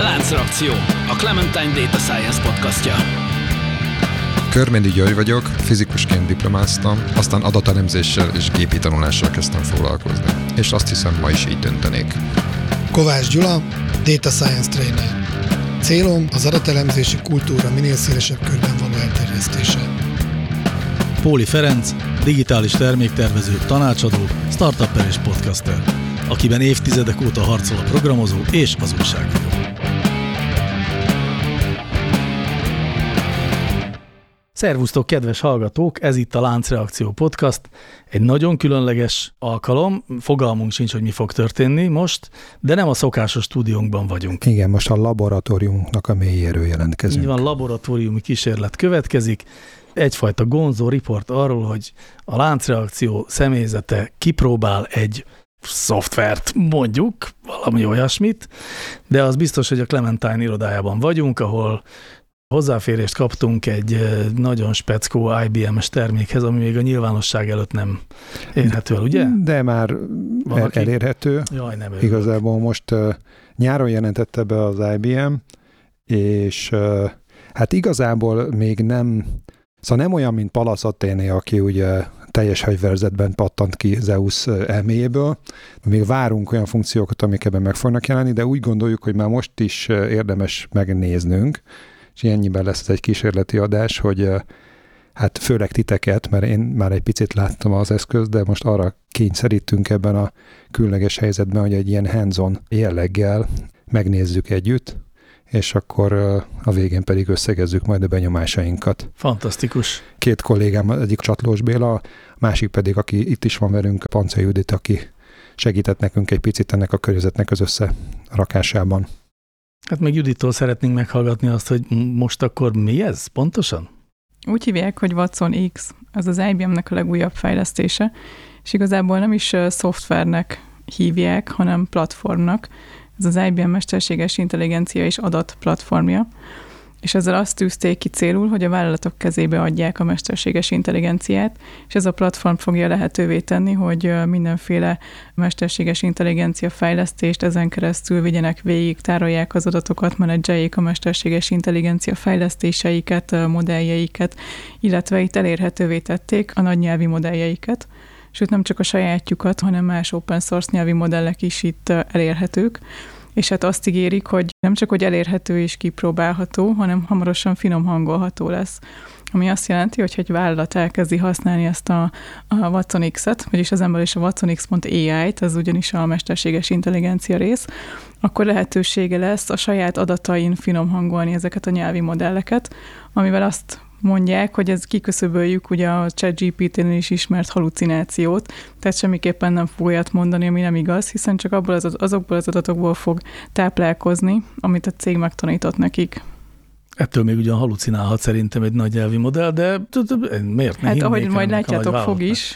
Láncreakció, a Clementine Data Science podcastja. Körméndi György vagyok, fizikusként diplomáztam, aztán adatelemzéssel és gépi tanulással kezdtem foglalkozni. És azt hiszem, ma is így döntenék. Kovács Gyula, Data Science Trainer. Célom az adatelemzési kultúra minél szélesebb körben való elterjesztése. Póli Ferenc, digitális terméktervező, tanácsadó, startupper és podcaster, akiben évtizedek óta harcol a programozó és az újságíró. Szervusztok, kedves hallgatók! Ez itt a Láncreakció podcast. Egy nagyon különleges alkalom, fogalmunk sincs, hogy mi fog történni most, de nem a szokásos stúdiónkban vagyunk. Igen, most a laboratóriumunknak a mélyéről jelentkezünk. Így van, laboratóriumi kísérlet következik. Egyfajta gonzó riport arról, hogy a Láncreakció személyzete kipróbál egy szoftvert, mondjuk, valami olyasmit, de az biztos, hogy a Clementine irodájában vagyunk, ahol hozzáférést kaptunk egy nagyon speckó IBM-es termékhez, ami még a nyilvánosság előtt nem érhető el, ugye? De már elérhető. Jaj, nem örülök. Igazából most nyáron jelentette be az IBM, és hát igazából még nem, szóval nem olyan, mint Pallas Athéné, aki ugye teljes fegyverzetben pattant ki Zeus elméjéből. Még várunk olyan funkciókat, amik ebben meg fognak jelenni, de úgy gondoljuk, hogy már most is érdemes megnéznünk, és ennyiben lesz ez egy kísérleti adás, hogy hát főleg titeket, mert én már egy picit láttam az eszközt, de most arra kényszerítünk ebben a különleges helyzetben, hogy egy ilyen hands-on jelleggel megnézzük együtt, és akkor a végén pedig összegezzük majd a benyomásainkat. Fantasztikus. Két kollégám, egyik Csatlós Béla, a másik pedig, aki itt is van velünk, Pancai Judit, aki segített nekünk egy picit ennek a környezetnek az összerakásában. Hát meg Judittól szeretnénk meghallgatni azt, hogy most akkor mi ez pontosan? Úgy hívják, hogy Watson X, ez az IBM-nek a legújabb fejlesztése, és igazából nem is szoftvernek hívják, hanem platformnak. Ez az IBM mesterséges intelligencia és adatplatformja, és ezzel azt tűzték ki célul, hogy a vállalatok kezébe adják a mesterséges intelligenciát, és ez a platform fogja lehetővé tenni, hogy mindenféle mesterséges intelligencia fejlesztést ezen keresztül vigyenek végig, tárolják az adatokat, menedzseljék a mesterséges intelligencia fejlesztéseiket, modelljeiket, illetve itt elérhetővé tették a nagynyelvi modelljeiket, sőt nem csak a sajátjukat, hanem más open source nyelvi modellek is itt elérhetők, és hát azt ígérik, hogy nem csak hogy elérhető és kipróbálható, hanem hamarosan finom hangolható lesz. Ami azt jelenti, hogy egy vállalat elkezdi használni ezt a Watson X-et, vagyis az ember is a watsonx.ai-t, ez ugyanis a mesterséges intelligencia rész, akkor lehetősége lesz a saját adatain finom hangolni ezeket a nyelvi modelleket, amivel azt mondják, hogy ez kiküszöböljük ugye a ChatGPT-nél is ismert halucinációt, tehát semmiképpen nem fog olyat mondani, ami nem igaz, hiszen csak azokból az adatokból fog táplálkozni, amit a cég megtanított nekik. Ettől még ugyan halucinálhat szerintem egy nagy nyelvi modell, de miért ne hát ahogy majd látjátok, fog is.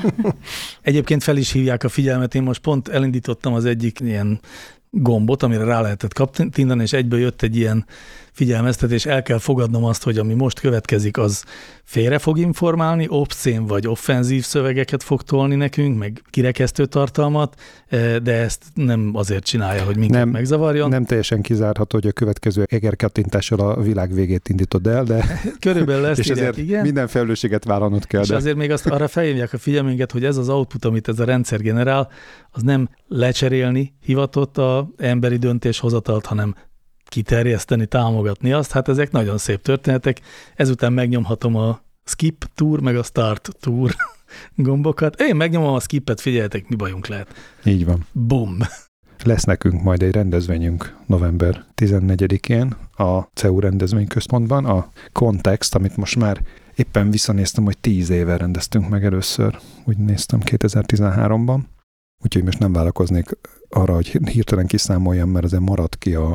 Egyébként fel is hívják a figyelmet, én most pont elindítottam az egyik ilyen gombot, amire rá lehetett kattintani, és egyből jött egy ilyen figyelmeztetés, el kell fogadnom azt, hogy ami most következik, az félre fog informálni, obszén vagy offenzív szövegeket fog tolni nekünk, meg kirekesztő tartalmat, de ezt nem azért csinálja, hogy minket megzavarjon. Nem teljesen kizárható, hogy a következő egerkattintással a világ végét indítod el, de körülbelül ezt és írják, ezért igen. Minden felelősséget vállalnod kell. És azért még azt arra felhívják a figyelmünket, hogy ez az output, amit ez a rendszer generál, az nem lecserélni hivatott az emberi döntéshozatalt, hanem kiterjeszteni, támogatni azt. Hát ezek nagyon szép történetek. Ezután megnyomhatom a skip tour, meg a start tour gombokat. Én megnyomom a skipet, figyeljetek, mi bajunk lehet. Így van. Bum! Lesz nekünk majd egy rendezvényünk november 14-én a CEU rendezvényközpontban, a Context, amit most már éppen visszanéztem, hogy 10 éve rendeztünk meg először, úgy néztem 2013-ban. Úgyhogy most nem vállalkoznék arra, hogy hirtelen kiszámoljam, mert azért maradt ki a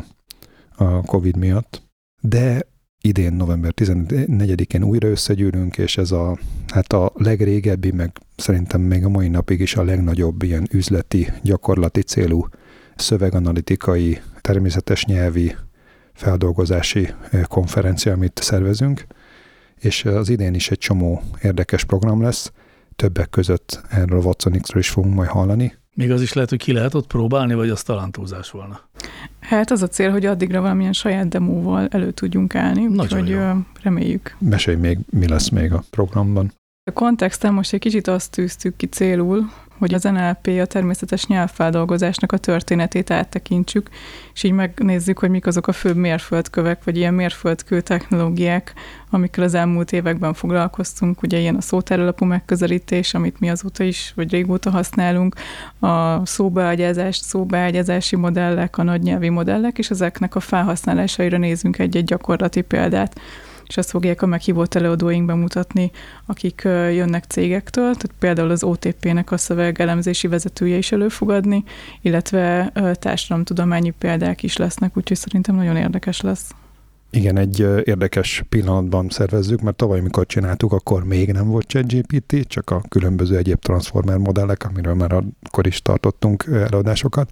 Covid miatt. De idén november 14-én újra összegyűlünk, és ez a legrégebbi, meg szerintem még a mai napig is a legnagyobb ilyen üzleti, gyakorlati célú szöveganalitikai, természetes nyelvi feldolgozási konferencia, amit szervezünk, és az idén is egy csomó érdekes program lesz. Többek között erről a Watson X-ről is fogunk majd hallani. Még az is lehet, hogy ki lehet ott próbálni, vagy az talán túlzás volna. Hát az a cél, hogy addigra valamilyen saját demóval elő tudjunk állni, úgyhogy reméljük. Mesélj még, mi lesz még a programban. A kontexten most egy kicsit azt tűztük ki célul, hogy az NLP, a természetes nyelvfeldolgozásnak a történetét áttekintsük, és így megnézzük, hogy mik azok a főbb mérföldkövek, vagy ilyen mérföldkő technológiák, amikkel az elmúlt években foglalkoztunk. Ugye ilyen a szótáralapú megközelítés, amit mi azóta is, vagy régóta használunk, a szóbeágyazási modellek, a nagynyelvi modellek, és ezeknek a felhasználásaira nézzünk egy-egy gyakorlati példát. És ezt fogják a meghívott előadóink bemutatni, akik jönnek cégektől, tehát például az OTP-nek a szövegelemzési vezetője is elő fog adni, illetve társadalomtudományi példák is lesznek, úgyhogy szerintem nagyon érdekes lesz. Igen, egy érdekes pillanatban szervezzük, mert tavaly, amikor csináltuk, akkor még nem volt ChatGPT, csak a különböző egyéb transformer modellek, amiről már akkor is tartottunk előadásokat.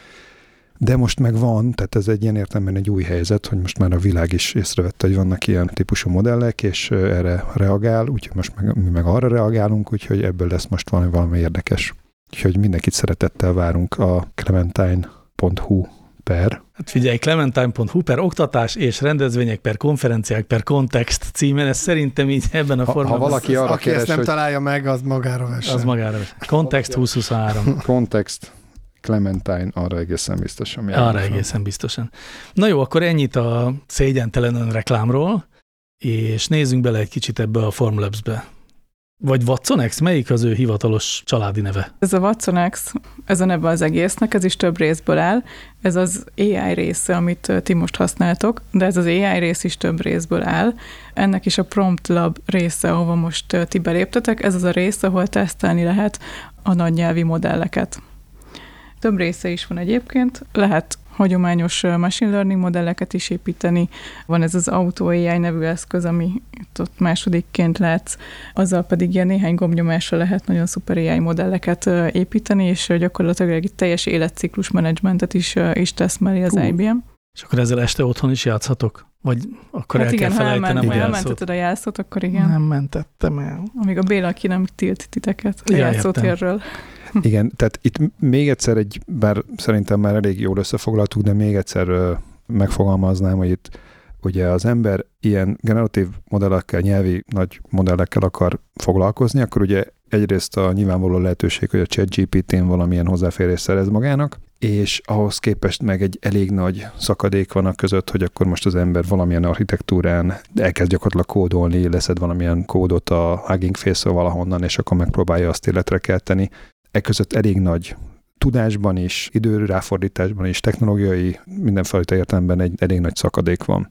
De most meg van, tehát ez egy ilyen értelemben egy új helyzet, hogy most már a világ is észrevette, hogy vannak ilyen típusú modellek, és erre reagál, úgyhogy most mi meg arra reagálunk, úgyhogy ebből lesz most valami érdekes. Úgyhogy mindenkit szeretettel várunk a clementine.hu per. Hát figyelj, clementine.hu per oktatás és rendezvények per konferenciák per kontext címen, ez szerintem így ebben a formában. Ha valaki arra aki keres, ezt nem hogy... találja meg, az magára vessen. Az magára vessen. Kontext 2023. Kontext Clementine, arra egészen biztosan. Arra egészen biztosan. Na jó, akkor ennyit a szégyentelen önreklámról, és nézzünk bele egy kicsit ebbe a Formlabs-be. Vagy Watson X, melyik az ő hivatalos családi neve? Ez a Watson X, ez a neve az egésznek, ez is több részből áll. Ez az AI része, amit ti most használtok, de ez az AI rész is több részből áll. Ennek is a Prompt Lab része, ahova most ti beléptetek, ez az a rész, ahol tesztelni lehet a nagynyelvi modelleket. Több része is van egyébként, lehet hagyományos machine learning modelleket is építeni. Van ez az Auto AI nevű eszköz, ami ott másodikként látsz, azzal pedig ilyen néhány gombnyomásra lehet nagyon szuper AI modelleket építeni, és gyakorlatilag egy teljes életciklus menedzsmentet is tesz mellé az IBM. És akkor ezzel este otthon is játszhatok? Vagy akkor hát el igen, kell felejtenem a jelszót? Ha elmenteted a jelszót, akkor igen. Nem mentettem el. Amíg a Béla ki nem tilt titeket a jelszótérről. Igen, tehát itt még egyszer bár szerintem már elég jól összefoglaltuk, de még egyszer megfogalmaznám, hogy itt ugye az ember ilyen generatív modellekkel, nyelvi nagy modellekkel akar foglalkozni, akkor ugye egyrészt a nyilvánvaló lehetőség, hogy a ChatGPT-n valamilyen hozzáférés szerez magának, és ahhoz képest meg egy elég nagy szakadék van a között, hogy akkor most az ember valamilyen architektúrán elkezd gyakorlatilag kódolni, leszed valamilyen kódot a Hugging Face-ről valahonnan, és akkor megpróbálja azt életre kelteni. Között elég nagy tudásban is, időráfordításban is, technológiai, mindenfajta értelemben egy elég nagy szakadék van.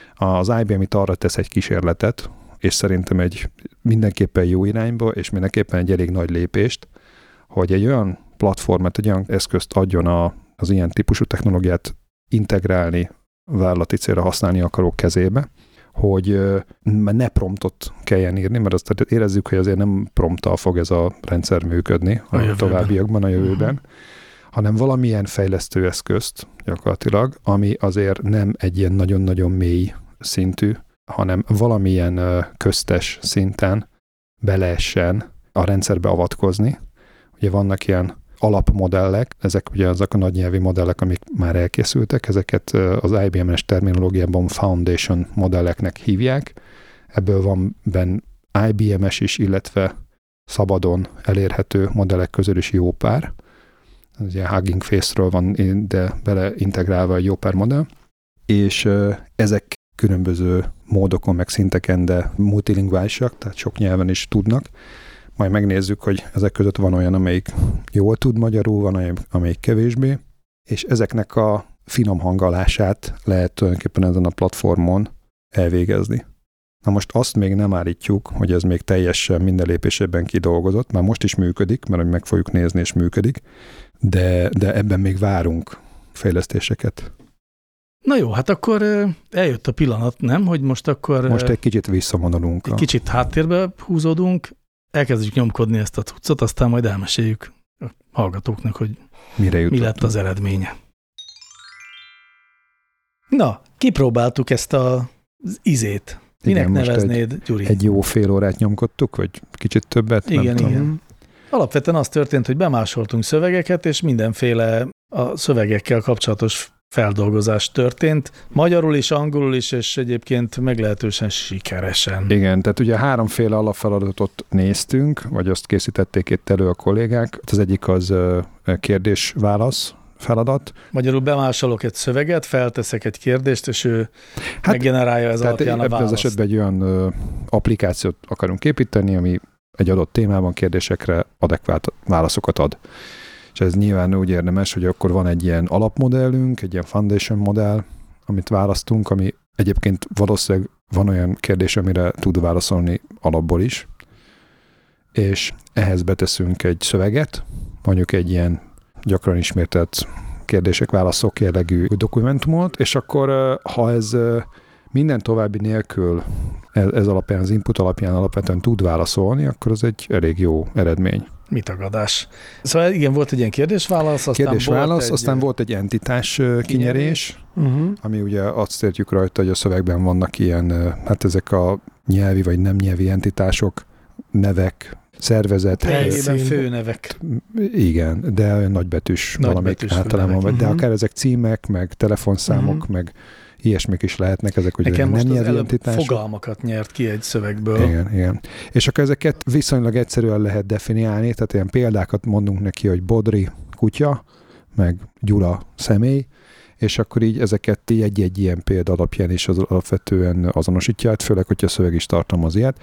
Az IBM itt arra tesz egy kísérletet, és szerintem egy mindenképpen jó irányba, és mindenképpen egy elég nagy lépést, hogy egy olyan platformot, egy olyan eszközt adjon az ilyen típusú technológiát integrálni, vállalati célra használni akaró kezébe, hogy ne promptot kelljen írni, mert azt érezzük, hogy azért nem prompttal fog ez a rendszer működni a továbbiakban, a jövőben, hanem valamilyen fejlesztő eszközt gyakorlatilag, ami azért nem egy ilyen nagyon-nagyon mély szintű, hanem valamilyen köztes szinten beleessen a rendszerbe avatkozni. Ugye vannak ilyen alapmodellek, ezek ugye azok a nagynyelvi modellek, amik már elkészültek, ezeket az IBM-es terminológiában foundation modelleknek hívják. Ebből van benne IBM-es is, illetve szabadon elérhető modellek közül is jó pár. Ez ugye Hugging Face-ről van de beleintegrálva egy jó pár modell, és ezek különböző módokon, meg szinteken, de multilingválisak, tehát sok nyelven is tudnak. Majd megnézzük, hogy ezek között van olyan, amelyik jól tud magyarul, van olyan, amelyik kevésbé, és ezeknek a finom hangolását lehet tulajdonképpen ezen a platformon elvégezni. Na most azt még nem állítjuk, hogy ez még teljesen minden lépésében kidolgozott, már most is működik, mert meg fogjuk nézni, és működik, de ebben még várunk fejlesztéseket. Na jó, hát akkor eljött a pillanat, nem? Hogy most akkor... Most egy kicsit visszavonulunk. Egy kicsit háttérbe húzódunk, elkezdjük nyomkodni ezt a cuccot, aztán majd elmeséljük a hallgatóknak, hogy mi lett az eredménye. Na, kipróbáltuk ezt az izét. Minek igen, neveznéd, Gyuri? Egy jó fél órát nyomkodtuk, vagy kicsit többet? Igen, igen. Alapvetően az történt, hogy bemásoltunk szövegeket, és mindenféle a szövegekkel kapcsolatos feldolgozás történt, magyarul is, angolul is, és egyébként meglehetősen sikeresen. Igen, tehát ugye 3 alapfeladatot néztünk, vagy azt készítették itt elő a kollégák. Az egyik az kérdés-válasz feladat. Magyarul bemásolok egy szöveget, felteszek egy kérdést, és ő meggenerálja ez alapján a választ. Az esetben egy olyan applikációt akarunk építeni, ami egy adott témában kérdésekre adekvát válaszokat ad. És ez nyilván úgy érdemes, hogy akkor van egy ilyen alapmodellünk, egy ilyen foundation modell, amit választunk, ami egyébként valószínűleg van olyan kérdés, amire tud válaszolni alapból is, és ehhez beteszünk egy szöveget, mondjuk egy ilyen gyakran ismételt kérdések-válaszok jellegű dokumentumot, és akkor ha ez minden további nélkül ez alapján, az input alapján alapvetően tud válaszolni, akkor az egy elég jó eredmény. Mi tagadás? Szóval igen, volt egy ilyen kérdés-válasz, aztán volt egy entitás kinyerés, ami ugye azt értjük rajta, hogy a szövegben vannak ilyen, hát ezek a nyelvi vagy nem nyelvi entitások, nevek, szervezet. Helyében főnevek. Igen, de olyan nagybetűs valamik általában, de akár ezek címek, meg telefonszámok, meg ilyesmik is lehetnek, ezek ugye nekem nem most nyelvi az entitások. Fogalmakat nyert ki egy szövegből. Igen. És akkor ezeket viszonylag egyszerűen lehet definiálni, tehát ilyen példákat mondunk neki, hogy Bodri kutya, meg Gyula személy, és akkor így ezeket egy-egy ilyen példa alapján is az alapvetően azonosítja, hát főleg, hogyha a szöveg is tartalmaz ilyet.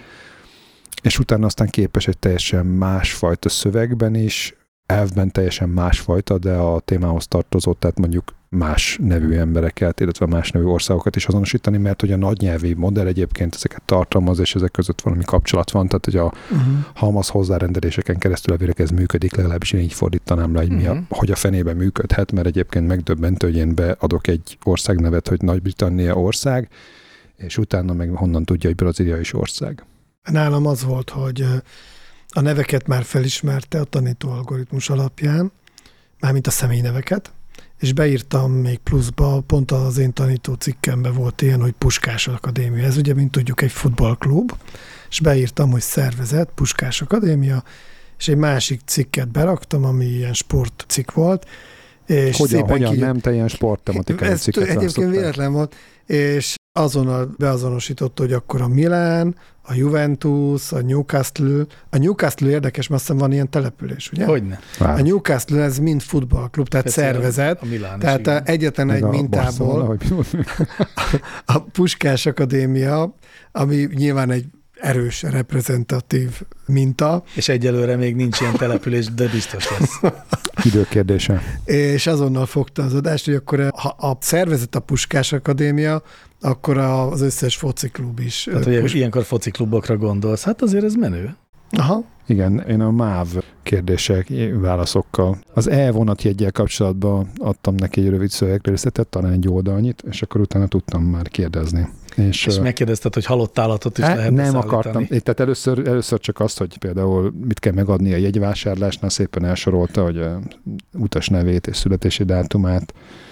És utána aztán képes egy teljesen másfajta szövegben is, elvben teljesen másfajta, de a témához tartozó, tehát mondjuk más nevű embereket, illetve más nevű országokat is azonosítani, mert hogy a nagynyelvi modell egyébként ezeket tartalmaz, és ezek között valami kapcsolat van, tehát hogy a halmaz hozzárendeléseken keresztül elvileg ez működik, legalábbis én így fordítanám le, hogy, hogy a fenében működhet, mert egyébként megdöbbentő, hogy én beadok egy országnevet, hogy Nagy-Britannia ország, és utána meg honnan tudja, hogy Brazília is ország. Nálam az volt, hogy a neveket már felismerte a tanító algoritmus alapján, mármint a személyneveket, és beírtam még pluszba, pont az én tanító cikkemben volt ilyen, hogy Puskás Akadémia. Ez ugye, mint tudjuk, egy futballklub, és beírtam, hogy szervezet, Puskás Akadémia, és egy másik cikket beraktam, ami ilyen sportcikk volt. És hogyan nem, te ilyen sporttematikai cikket egyébként véletlen volt, és azonnal beazonosította, hogy akkor a Milán, a Juventus, a Newcastle. A Newcastle érdekes, mert azt hiszem van ilyen település, ugye? Hogyne. A Newcastle ez mind futballklub, tehát szervezet. Tehát egyetlen egy mintából a Puskás Akadémia, ami nyilván egy erős, reprezentatív minta. És egyelőre még nincs ilyen település, de biztos lesz. Időkérdése. És azonnal fogta az adást, hogy akkor ha a szervezet a Puskás Akadémia, akkor az összes fociklub is. Tehát, hogy ilyenkor fociklubokra gondolsz. Hát azért ez menő. Aha. Igen, én a MÁV kérdések, válaszokkal. Az e-vonatjeggyel kapcsolatban adtam neki egy rövid szövegrészletet, talán egy oldalnyit, és akkor utána tudtam már kérdezni. És megkérdezted, hogy halott állatot is lehet nem akartam. Tehát először csak azt, hogy például mit kell megadni a jegyvásárlásnál, szépen elsorolta, hogy utas nevét és születési dátumát.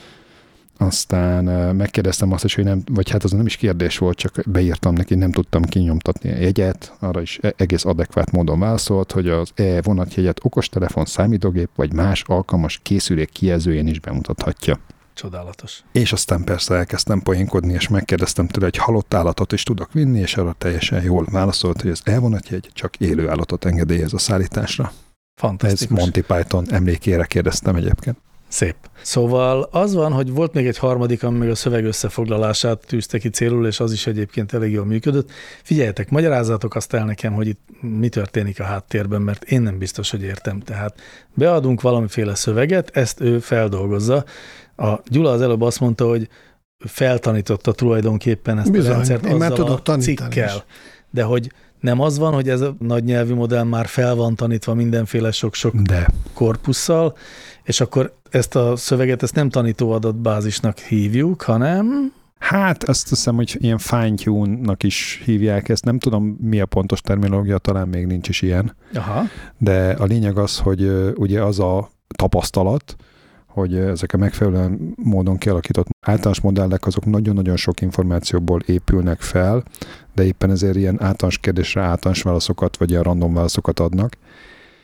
Aztán megkérdeztem azt is, hogy nem, vagy hát az nem is kérdés volt, csak beírtam neki, nem tudtam kinyomtatni a jegyet, arra is egész adekvát módon válaszolt, hogy az e-vonatjegyet okostelefon, számítógép vagy más alkalmas készülék kijelzőjén is bemutathatja. Csodálatos. És aztán persze elkezdtem poénkodni, és megkérdeztem tőle, hogy halott állatot is tudok vinni, és arra teljesen jól válaszolt, hogy az e-vonatjegy csak élő állatot engedélyez a szállításra. Fantasztikus. Ez Monty Python emlékére kérdeztem egyébként. Szép. Szóval az van, hogy volt még egy harmadik, ami meg a szöveg összefoglalását tűzte ki célul, és az is egyébként elég jól működött. Figyeljetek, magyarázzatok azt el nekem, hogy itt mi történik a háttérben, mert én nem biztos, hogy értem. Tehát beadunk valamiféle szöveget, ezt ő feldolgozza. A Gyula az előbb azt mondta, hogy feltanította tulajdonképpen ezt a rendszert azzal a cikkel. De hogy nem az van, hogy ez a nagy nyelvi modell már fel van tanítva mindenféle sok-sok korpusszal, és akkor ezt a szöveget, ezt nem tanító adatbázisnak hívjuk, hanem... Hát azt hiszem, hogy ilyen fine-tune-nak is hívják ezt. Nem tudom, mi a pontos terminológia, talán még nincs is ilyen. Aha. De a lényeg az, hogy ugye az a tapasztalat, hogy ezek a megfelelően módon kialakított általános modellek, azok nagyon-nagyon sok információból épülnek fel, de éppen ezért ilyen általános kérdésre általános válaszokat, vagy ilyen random válaszokat adnak.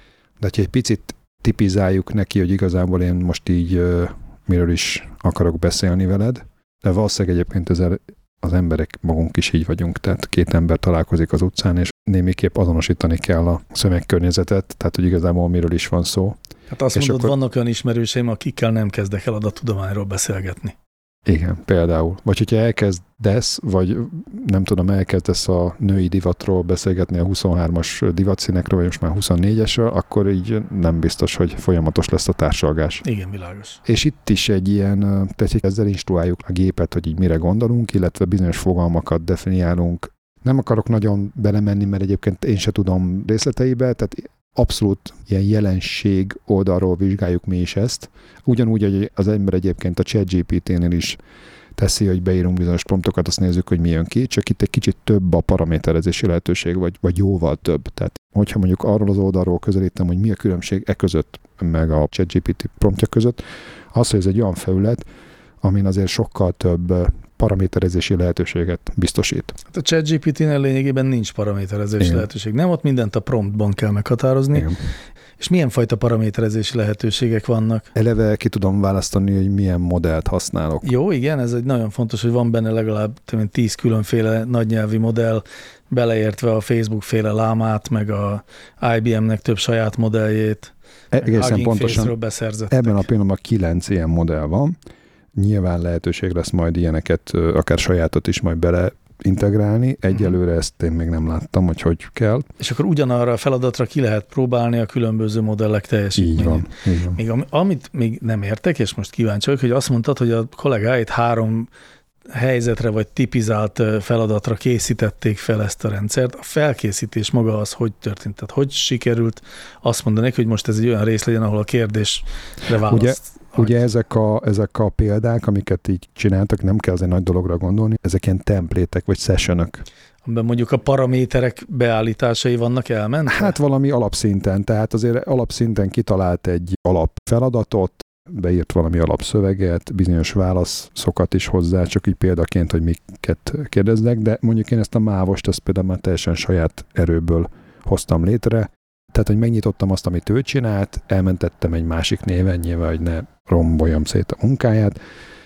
De ha egy picit tipizáljuk neki, hogy igazából én most így miről is akarok beszélni veled, de valószínűleg egyébként ezzel az emberek magunk is így vagyunk, tehát két ember találkozik az utcán, és némiképp azonosítani kell a szövegkörnyezetet, tehát hogy igazából miről is van szó. Hát azt mondod, vannak olyan ismerőseim, akikkel nem kezdek el adatudományról beszélgetni. Igen, például. Vagy hogyha elkezdesz, vagy nem tudom, elkezdesz a női divatról beszélgetni, a 23-as divatszínekről, vagy most már 24-esről, akkor így nem biztos, hogy folyamatos lesz a társalgás. Igen, világos. És itt is egy ilyen, tehát ezzel instruáljuk a gépet, hogy így mire gondolunk, illetve bizonyos fogalmakat definiálunk. Nem akarok nagyon belemenni, mert egyébként én se tudom részleteibe, tehát abszolút ilyen jelenség oldalról vizsgáljuk mi is ezt. Ugyanúgy, hogy az ember egyébként a ChatGPT-nél is teszi, hogy beírunk bizonyos promptokat, azt nézzük, hogy mi jön ki, csak itt egy kicsit több a paraméterezési lehetőség, vagy jóval több. Tehát, hogyha mondjuk arról az oldalról közelítem, hogy mi a különbség e között, meg a ChatGPT promptja között, az, hogy ez egy olyan felület, amin azért sokkal több paraméterezési lehetőséget biztosít. Hát a ChatGPT-nél lényegében nincs paraméterezési lehetőség. Nem, ott mindent a promptban kell meghatározni. Igen. És milyen fajta paraméterezési lehetőségek vannak? Eleve ki tudom választani, hogy milyen modellt használok. Jó, igen, ez egy nagyon fontos, hogy van benne legalább 10 különféle nagynyelvi modell, beleértve a Facebook-féle lámát, meg a IBM-nek több saját modelljét. Egészen pontosan ebben a pillanatban 9 ilyen modell van. Nyilván lehetőség lesz majd ilyeneket, akár sajátot is majd bele integrálni. Egyelőre ezt én még nem láttam, hogy kell. És akkor ugyanarra a feladatra ki lehet próbálni a különböző modellek teljesítményét. Így van. Még amit még nem értek, és most kíváncsi vagyok, hogy azt mondtad, hogy a kollégáid 3 helyzetre vagy tipizált feladatra készítették fel ezt a rendszert. A felkészítés maga az hogy történt? Tehát hogy sikerült azt mondani, hogy most ez egy olyan rész legyen, ahol a kérdésre választ? Ugye ezek a példák, amiket így csináltak, nem kell azért nagy dologra gondolni, ezek ilyen templétek vagy sessionök. Amiben mondjuk a paraméterek beállításai vannak elmentve? Hát valami alapszinten, tehát azért alapszinten kitalált egy alapfeladatot, beírt valami alapszöveget, bizonyos válaszokat is hozzá, csak így példaként, hogy miket kérdeznek, de mondjuk én ezt a mávost, ezt például már teljesen saját erőből hoztam létre. Tehát, hogy megnyitottam azt, amit ő csinált, elmentettem egy másik néven, nyilván, hogy ne romboljam szét a munkáját,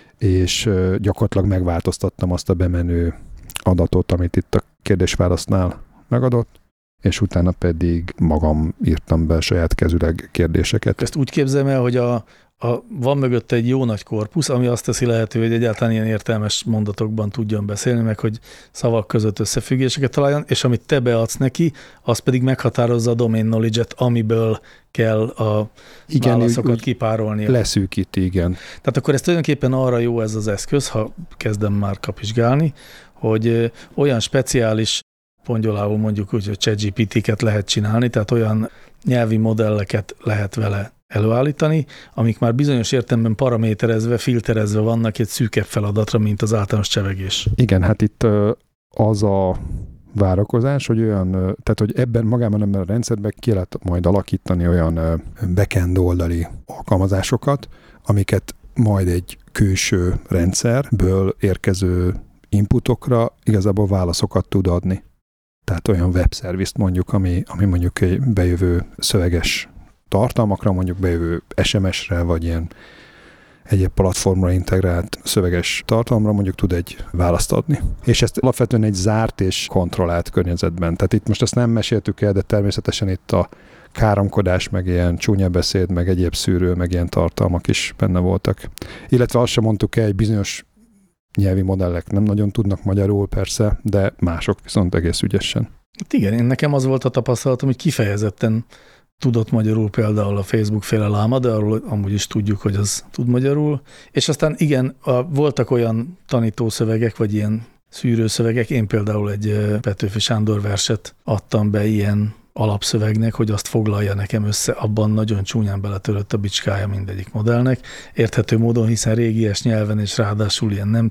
és gyakorlatilag megváltoztattam azt a bemenő adatot, amit itt a kérdés-válasznál megadott, és utána pedig magam írtam be saját kezüleg kérdéseket. Ezt úgy képzelem el, hogy van mögött egy jó nagy korpusz, ami azt teszi lehetővé, hogy egyáltalán ilyen értelmes mondatokban tudjon beszélni, meg hogy szavak között összefüggéseket találjon, és amit te beadsz neki, az pedig meghatározza a domain knowledge-et, amiből kell a válaszokat kipárolnia. Leszűkíti, igen. Tehát akkor ez tulajdonképpen arra jó ez az eszköz, ha kezdem már kapizsgálni, hogy olyan speciális pongyolául mondjuk úgy, hogy ChatGPT-ket lehet csinálni, tehát olyan nyelvi modelleket lehet vele előállítani, amik már bizonyos értelemben paraméterezve, filterezve vannak egy szűkebb feladatra, mint az általános csevegés. Igen, hát itt az a várakozás, hogy olyan, tehát hogy ebben magában a rendszerben ki lehet majd alakítani olyan backend oldali alkalmazásokat, amiket majd egy külső rendszerből érkező inputokra igazából válaszokat tud adni. Tehát olyan webszervizt mondjuk, ami mondjuk egy bejövő szöveges tartalmakra, mondjuk bejövő SMS-re, vagy ilyen egyéb platformra integrált szöveges tartalomra mondjuk tud egy választ adni. És ezt alapvetően egy zárt és kontrollált környezetben. Tehát itt most ezt nem meséltük el, de természetesen itt a káromkodás, meg ilyen csúnya beszéd, meg egyéb szűrő, meg ilyen tartalmak is benne voltak. Illetve azt sem mondtuk el, egy bizonyos nyelvi modellek nem nagyon tudnak magyarul persze, de mások viszont egész ügyesen. Hát igen, nekem az volt a tapasztalatom, hogy kifejezetten tudott magyarul például a Facebook-féle láma, de arról amúgy is tudjuk, hogy az tud magyarul. És aztán igen, voltak olyan tanítószövegek, vagy ilyen szűrőszövegek. Én például egy Petőfi Sándor verset adtam be ilyen alapszövegnek, hogy azt foglalja nekem össze, abban nagyon csúnyán beletörött a bicskája mindegyik modellnek. Érthető módon, hiszen régies nyelven, és ráadásul ilyen nem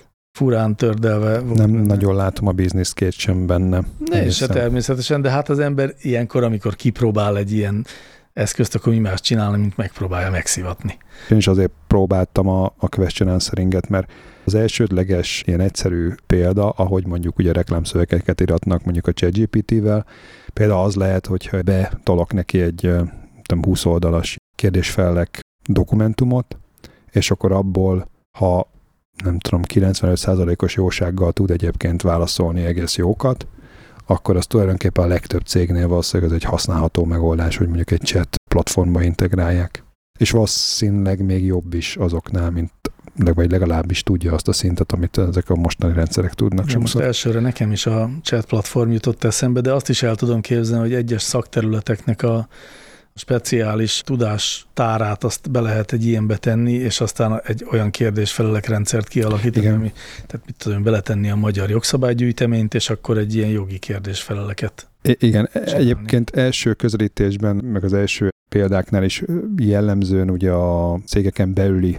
furán tördelve. Nem nagyon látom a bizniszkét sem benne. Ne, és természetesen, de hát az ember ilyenkor, amikor kipróbál egy ilyen eszközt, akkor mi más csinálni, mint megpróbálja megszivatni. Én is azért próbáltam a question answeringet, mert az elsődleges ilyen egyszerű példa, ahogy mondjuk ugye reklámszövegeket iratnak mondjuk a ChatGPT-vel, például az lehet, hogyha betolok neki egy 20 oldalas kérdésfelelek dokumentumot, és akkor abból, ha nem tudom, 95%-os jósággal tud egyébként válaszolni egész jókat, akkor az tulajdonképpen a legtöbb cégnél valószínűleg ez egy használható megoldás, hogy mondjuk egy chat platformba integrálják. És valószínűleg még jobb is azoknál, mint vagy legalábbis tudja azt a szintet, amit ezek a mostani rendszerek tudnak. De most elsőre nekem is a chat platform jutott eszembe, de azt is el tudom képzelni, hogy egyes szakterületeknek a speciális tudástárát azt be lehet egy ilyenbe tenni, és aztán egy olyan kérdésfelelek rendszert kialakítani, ami, tehát mit tudom, beletenni a magyar jogszabálygyűjteményt, és akkor egy ilyen jogi kérdésfeleleket. Igen, egyébként első közelítésben, meg az első példáknál is jellemzően ugye a cégeken belüli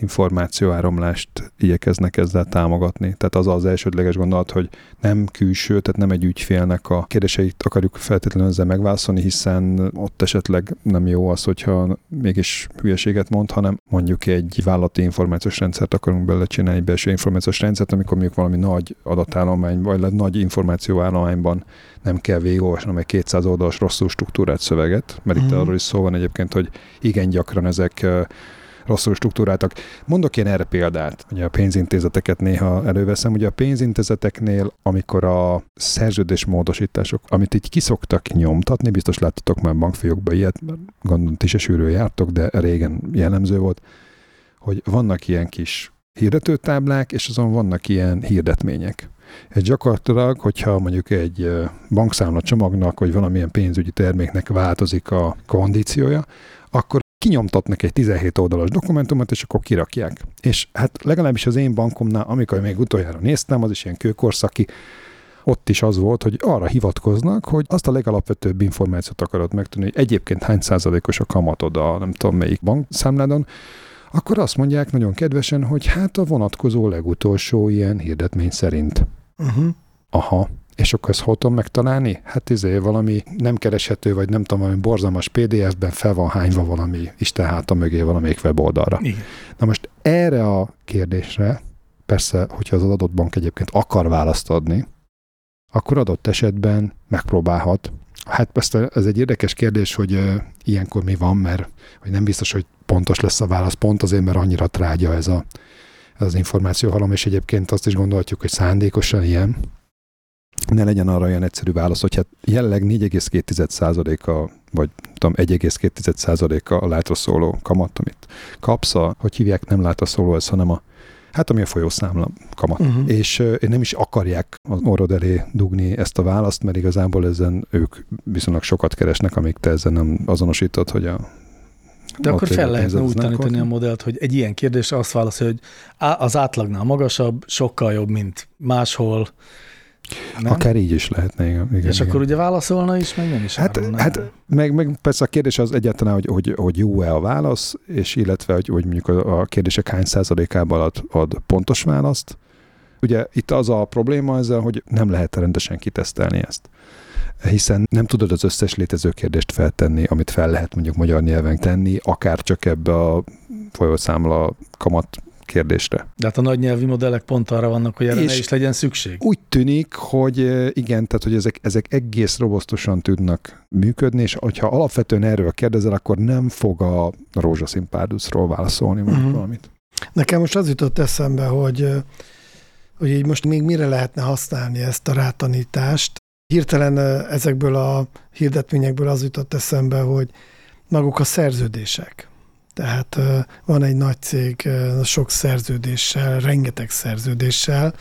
információáramlást igyekeznek ezzel támogatni. Tehát az elsődleges gondolat, hogy nem külső, tehát nem egy ügyfélnek a kérdéseit akarjuk feltétlenül ezzel megválaszolni, hiszen ott esetleg nem jó az, hogyha mégis hülyeséget mond, hanem mondjuk egy vállalati információs rendszert akarunk belőle csinálni, egy belső információs rendszert, amikor mondjuk valami nagy adatállomány, vagy nagy információállományban nem kell végigolvasnom egy 200 oldalas rosszul struktúrált szöveget, mert itt arról is szó van egyébként, hogy igen gyakran ezek rosszul struktúráltak. Mondok én erre példát, ugye a pénzintézeteket néha előveszem, ugye a pénzintézeteknél, amikor a szerződésmódosítások, amit így kiszoktak nyomtatni, biztos láttatok már bankfiókban ilyet, gondolom ti se sűrűn jártok, de régen jellemző volt, hogy vannak ilyen kis hirdetőtáblák, és azon vannak ilyen hirdetmények. Ez gyakorlatilag, hogyha mondjuk egy bankszámla csomagnak, vagy valamilyen pénzügyi terméknek változik a kondíciója, akkor kinyomtatnak egy 17 oldalas dokumentumot, és akkor kirakják. És hát legalábbis az én bankomnál, amikor még utoljára néztem, az is ilyen kőkorszaki, ott is az volt, hogy arra hivatkoznak, hogy azt a legalapvetőbb információt akarod megtudni, hogy egyébként hány százalékos a kamatod a nem tudom melyik bankszámládon, akkor azt mondják nagyon kedvesen, hogy hát a vonatkozó legutolsó ilyen hirdetmény szerint. Aha. És akkor ezt hol tudom megtalálni? Hát valami nem kereshető, vagy nem tudom, valami borzalmas PDF-ben fel van hányva valami Isten háta mögé valamelyik weboldalra. Igen. Na most erre a kérdésre, persze, hogyha az adott bank egyébként akar választ adni, akkor adott esetben megpróbálhat. Hát persze ez egy érdekes kérdés, hogy ilyenkor mi van, mert hogy nem biztos, hogy pontos lesz a válasz, pont azért, mert annyira trágya ez az információhalom, és egyébként azt is gondolhatjuk, hogy szándékosan ilyen. Ne legyen arra olyan egyszerű válasz, hogy hát jelenleg 4,2%-a, vagy tudom, 1,2%-a a látra szóló kamat, amit kapsz, hogy hívják, nem látra szóló ez, hanem ami a folyószámla kamat. És nem is akarják az orrod elé dugni ezt a választ, mert igazából ezen ők viszonylag sokat keresnek, amíg te ezen nem azonosítod, hogy de akkor fel lehetne úgy tanítani a modellt, hogy egy ilyen kérdésre azt válaszolja, hogy az átlagnál magasabb, sokkal jobb, mint máshol. Nem? Akár így is lehetne, igen. És akkor ugye válaszolna is, meg nem is meg persze a kérdés az egyáltalán, hogy jó-e a válasz, és illetve, hogy mondjuk a kérdések hány százalékában ad pontos választ. Ugye itt az a probléma ezzel, hogy nem lehet rendesen kitesztelni ezt. Hiszen nem tudod az összes létező kérdést feltenni, amit fel lehet mondjuk magyar nyelven tenni, akár csak ebbe a folyószámla kamat kérdésre. De hát a nagy nyelvi modellek pont arra vannak, hogy erre ne is legyen szükség. Úgy tűnik, hogy igen, tehát hogy ezek egész robosztusan tudnak működni, és hogyha alapvetően erről kérdezel, akkor nem fog a rózsaszín párducról válaszolni valamit. Nekem most az jutott eszembe, hogy így most még mire lehetne használni ezt a rátanítást. Hirtelen ezekből a hirdetményekből az jutott eszembe, hogy maguk a szerződések. Tehát van egy nagy cég sok szerződéssel, rengeteg szerződéssel,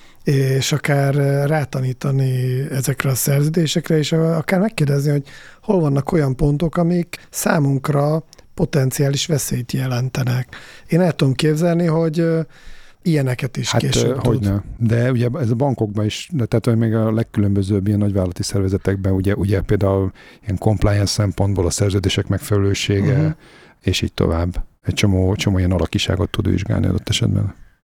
és akár rátanítani ezekre a szerződésekre, és akár megkérdezni, hogy hol vannak olyan pontok, amik számunkra potenciális veszélyt jelentenek. Én el tudom képzelni, hogy ilyeneket is később tud. Hogyne. De ugye ez a bankokban is, tehát még a legkülönbözőbb ilyen nagyvállalati szervezetekben, ugye például ilyen compliance szempontból a szerződések megfelelősége, és így tovább. Egy csomó ilyen alakiságot tud vizsgálni adott esetben.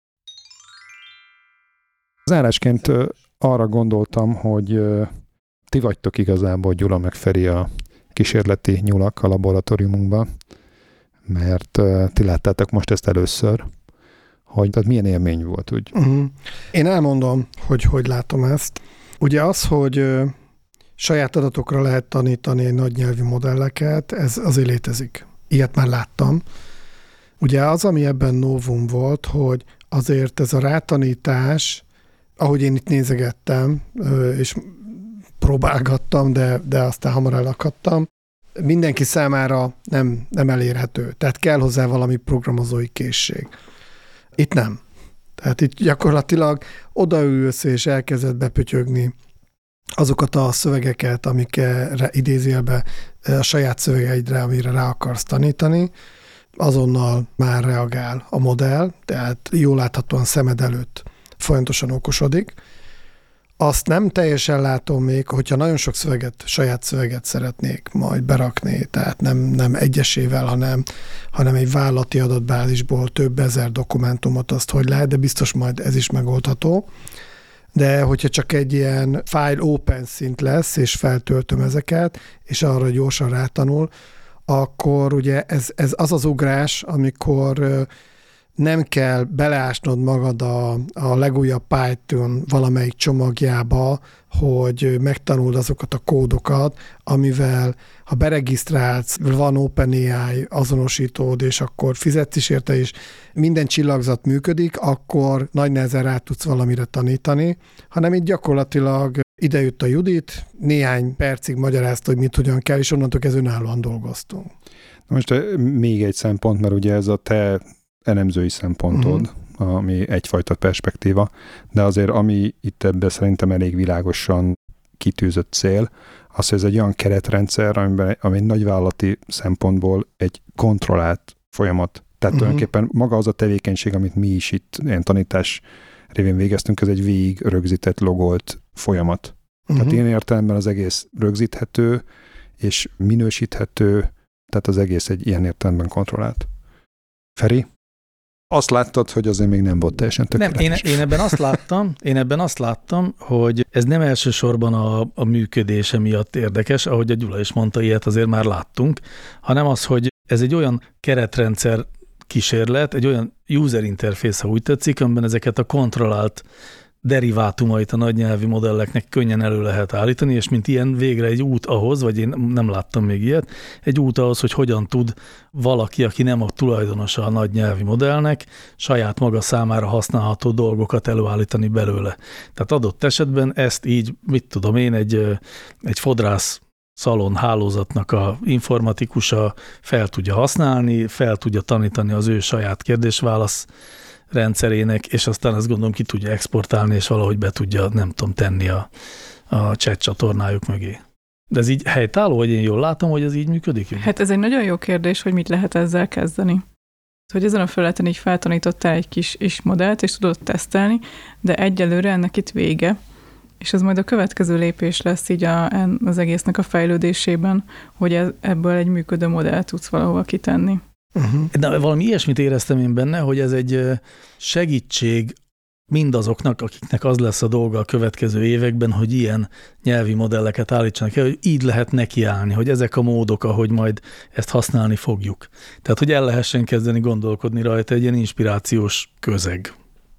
Zárásként arra gondoltam, hogy ti vagytok igazából, Gyula meg Feri, a kísérleti nyulak a laboratóriumunkban, mert ti láttátok most ezt először, hogy tehát milyen élmény volt úgy. Én elmondom, hogy látom ezt. Ugye az, hogy saját adatokra lehet tanítani nagy nyelvi modelleket, ez azért létezik. Ilyet már láttam. Ugye az, ami ebben novum volt, hogy azért ez a rátanítás, ahogy én itt nézegettem, és próbálgattam, de aztán hamar elakadtam, mindenki számára nem elérhető. Tehát kell hozzá valami programozói készség. Itt nem. Tehát itt gyakorlatilag odaülsz és elkezded bepötyögni azokat a szövegeket, amikre idézélbe a saját szövegeidre, amire rá akarsz tanítani, azonnal már reagál a modell, tehát jól láthatóan szemed előtt folyamatosan okosodik. Azt nem teljesen látom még, hogyha nagyon sok saját szöveget szeretnék majd berakni, tehát nem egyesével, hanem egy vállalati adatbázisból több ezer dokumentumot, azt hogy lehet, de biztos majd ez is megoldható. De hogyha csak egy ilyen file open szint lesz, és feltöltöm ezeket, és arra gyorsan rátanul, akkor ugye ez az ugrás, amikor nem kell beleásnod magad a legújabb Python valamelyik csomagjába, hogy megtanuld azokat a kódokat, amivel ha beregisztrálsz, van OpenAI azonosítód, és akkor fizetsz is érte, és minden csillagzat működik, akkor nagy nehezen rá tudsz valamire tanítani, hanem itt gyakorlatilag idejött a Judit, néhány percig magyarázta, hogy mit hogyan kell, és onnantól kezdve önállóan dolgoztunk. Most még egy szempont, mert ugye ez a te elemzői szempontod, ami egyfajta perspektíva, de azért ami itt ebben szerintem elég világosan kitűzött cél, az, hogy ez egy olyan keretrendszer, ami egy nagyvállalati szempontból egy kontrollált folyamat. Tehát tulajdonképpen maga az a tevékenység, amit mi is itt ilyen tanítás révén végeztünk, ez egy végig rögzített, logolt folyamat. Tehát ilyen értelemben az egész rögzíthető és minősíthető, tehát az egész egy ilyen értelemben kontrollált. Feri? Azt láttad, hogy azért még nem volt teljesen tökéletes. Nem, én ebben azt láttam, hogy ez nem elsősorban a működése miatt érdekes, ahogy a Gyula is mondta, ilyet azért már láttunk, hanem az, hogy ez egy olyan keretrendszer kísérlet, egy olyan user interface, ha úgy tetszik, amiben ezeket a kontrollált derivátumait a nagynyelvi modelleknek könnyen elő lehet állítani, és mint ilyen végre egy út ahhoz, vagy én nem láttam még ilyet, egy út ahhoz, hogy hogyan tud valaki, aki nem a tulajdonosa a nagynyelvi modellnek, saját maga számára használható dolgokat előállítani belőle. Tehát adott esetben ezt így, mit tudom én, egy fodrász szalon hálózatnak a informatikusa fel tudja használni, fel tudja tanítani az ő saját kérdés-válasz rendszerének, és aztán azt gondolom ki tudja exportálni, és valahogy be tudja, nem tudom, tenni a chat csatornájuk mögé. De ez így helytálló, hogy én jól látom, hogy ez így működik? Hát ez egy nagyon jó kérdés, hogy mit lehet ezzel kezdeni. Hogy ezen a felületen így feltanítottál egy kis modellt, és tudod tesztelni, de egyelőre ennek itt vége, és ez majd a következő lépés lesz így az egésznek a fejlődésében, hogy ebből egy működő modellt tudsz valahol kitenni. De valami ilyesmit éreztem én benne, hogy ez egy segítség mindazoknak, akiknek az lesz a dolga a következő években, hogy ilyen nyelvi modelleket állítsanak el, hogy így lehet nekiállni, hogy ezek a módok, ahogy majd ezt használni fogjuk. Tehát, hogy el lehessen kezdeni gondolkodni rajta, egy ilyen inspirációs közeg.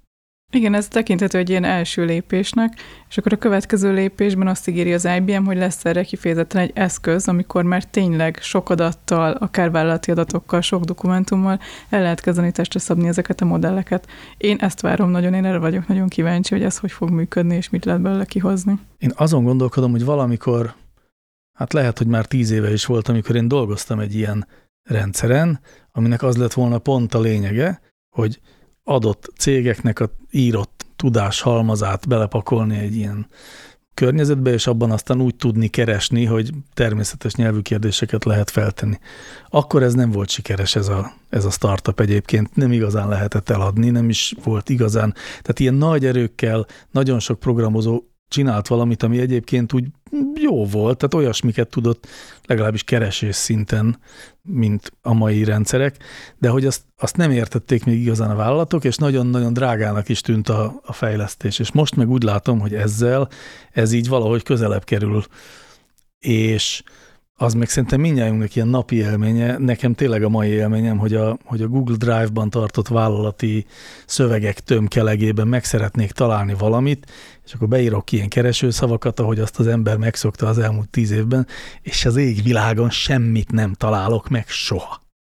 Igen, ez tekinthető egy ilyen első lépésnek, és akkor a következő lépésben azt ígéri az IBM, hogy lesz erre kifejezetten egy eszköz, amikor már tényleg sok adattal, akár vállalati adatokkal, sok dokumentummal el lehet kezdeni testre szabni ezeket a modelleket. Én ezt várom nagyon, én erre vagyok nagyon kíváncsi, hogy ez hogy fog működni, és mit lehet belőle kihozni. Én azon gondolkodom, hogy valamikor, hát lehet, hogy már 10 éve is volt, amikor én dolgoztam egy ilyen rendszeren, aminek az lett volna pont a lényege, hogy adott cégeknek a írott tudáshalmazát belepakolni egy ilyen környezetbe, és abban aztán úgy tudni keresni, hogy természetes nyelvű kérdéseket lehet feltenni. Akkor ez nem volt sikeres ez a startup egyébként, nem igazán lehetett eladni, nem is volt igazán. Tehát ilyen nagy erőkkel nagyon sok programozó csinált valamit, ami egyébként úgy jó volt, tehát olyasmiket tudott legalábbis keresés szinten, mint a mai rendszerek, de hogy azt nem értették még igazán a vállalatok, és nagyon-nagyon drágának is tűnt a fejlesztés. És most meg úgy látom, hogy ez így valahogy közelebb kerül, és Az meg szerintem mindnyájunknak ilyen napi élménye, nekem tényleg a mai élményem, hogy a Google Drive-ban tartott vállalati szövegek tömkelegében meg szeretnék találni valamit, és akkor beírok ilyen keresőszavakat, ahogy azt az ember megszokta az elmúlt 10 évben, és az égvilágon semmit nem találok meg soha.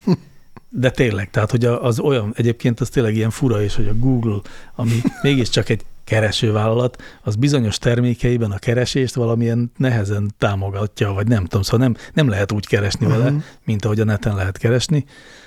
De tényleg, tehát hogy az olyan, egyébként az tényleg ilyen fura is, hogy a Google, ami mégiscsak egy keresővállalat, az bizonyos termékeiben a keresést valamilyen nehezen támogatja, vagy nem tudom, szóval nem lehet úgy keresni vele, mint ahogy a neten lehet keresni,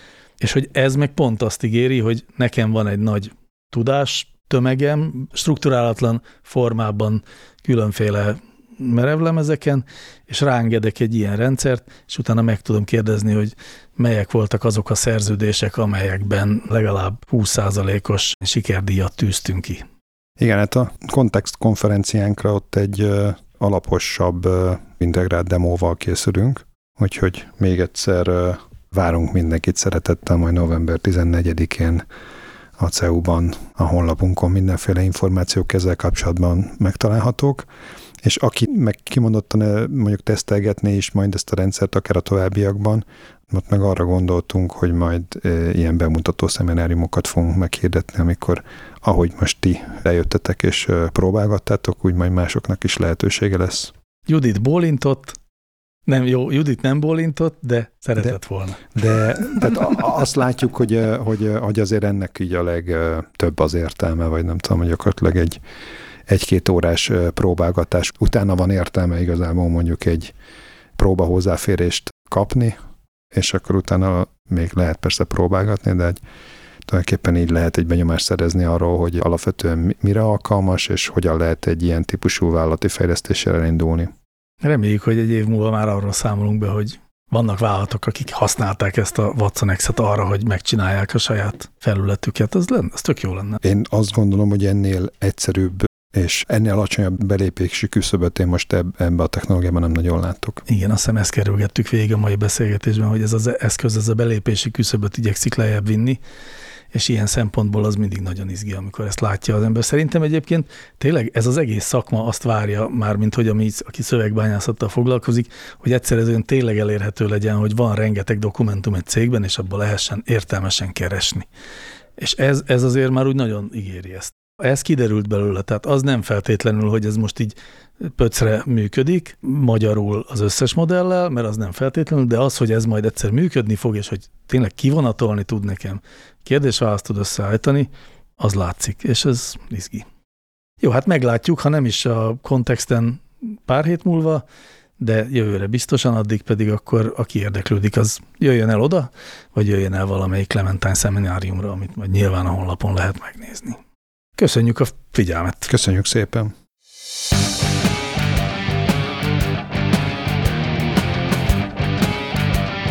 és hogy ez meg pont azt ígéri, hogy nekem van egy nagy tudás tömegem, strukturálatlan formában különféle merevlemezeken, és ráengedek egy ilyen rendszert, és utána meg tudom kérdezni, hogy melyek voltak azok a szerződések, amelyekben legalább 20%-os sikerdíjat tűztünk ki. Igen, hát a Context konferenciánkra ott egy alaposabb integrált demóval készülünk, úgyhogy még egyszer várunk mindenkit szeretettel majd november 14-én a CEU-ban, a honlapunkon mindenféle információk ezzel kapcsolatban megtalálhatók, és aki meg kimondottan mondjuk tesztelgetné is majd ezt a rendszert akár a továbbiakban, ott meg arra gondoltunk, hogy majd ilyen bemutató szemináriumokat fogunk meghirdetni, amikor ahogy most ti eljöttetek és próbálgattátok, úgy majd másoknak is lehetősége lesz. Judit bólintott, nem jó, Judit nem bólintott, de szeretett volna. De tehát azt látjuk, hogy azért ennek így a legtöbb az értelme, vagy nem tudom, hogy gyakorlatilag egy-két órás próbálgatás. Utána van értelme igazából mondjuk egy próba hozzáférést kapni, és akkor utána még lehet persze próbálgatni, de tulajdonképpen így lehet egy benyomást szerezni arról, hogy alapvetően mire alkalmas, és hogyan lehet egy ilyen típusú vállalati fejlesztéssel elindulni. Reméljük, hogy egy év múlva már arról számolunk be, hogy vannak vállalatok, akik használták ezt a Watson X-et arra, hogy megcsinálják a saját felületüket. Ez tök jó lenne. Én azt gondolom, hogy ennél egyszerűbb és ennél alacsonyabb belépési küszöböt én most ebben a technológiában nem nagyon látok. Igen, azt hiszem ezt kerülgettük végig a mai beszélgetésben, hogy ez az eszköz, ez a belépési küszöböt igyekszik lejjebb vinni, és ilyen szempontból az mindig nagyon izgi, amikor ezt látja az ember. Szerintem egyébként tényleg ez az egész szakma azt várja már, mint hogy aki szövegbányászattal foglalkozik, hogy egyszer ez olyan tényleg elérhető legyen, hogy van rengeteg dokumentum egy cégben, és abban lehessen értelmesen keresni. És ez azért már úgy nagyon ígéri ezt. Ez kiderült belőle, tehát az nem feltétlenül, hogy ez most így pöcre működik, magyarul az összes modellel, mert az nem feltétlenül, de az, hogy ez majd egyszer működni fog, és hogy tényleg kivonatolni tud nekem, kérdés-választ tud összeállítani, az látszik, és ez izgi. Jó, hát meglátjuk, ha nem is a kontexten pár hét múlva, de jövőre biztosan, addig pedig akkor, aki érdeklődik, az jöjjön el oda, vagy jöjjön el valamelyik Clementine szemináriumra, amit majd nyilván a honlapon lehet megnézni. Köszönjük a figyelmet! Köszönjük szépen!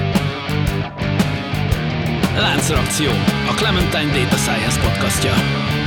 Láncreakció, a Clementine Data Science podcastja.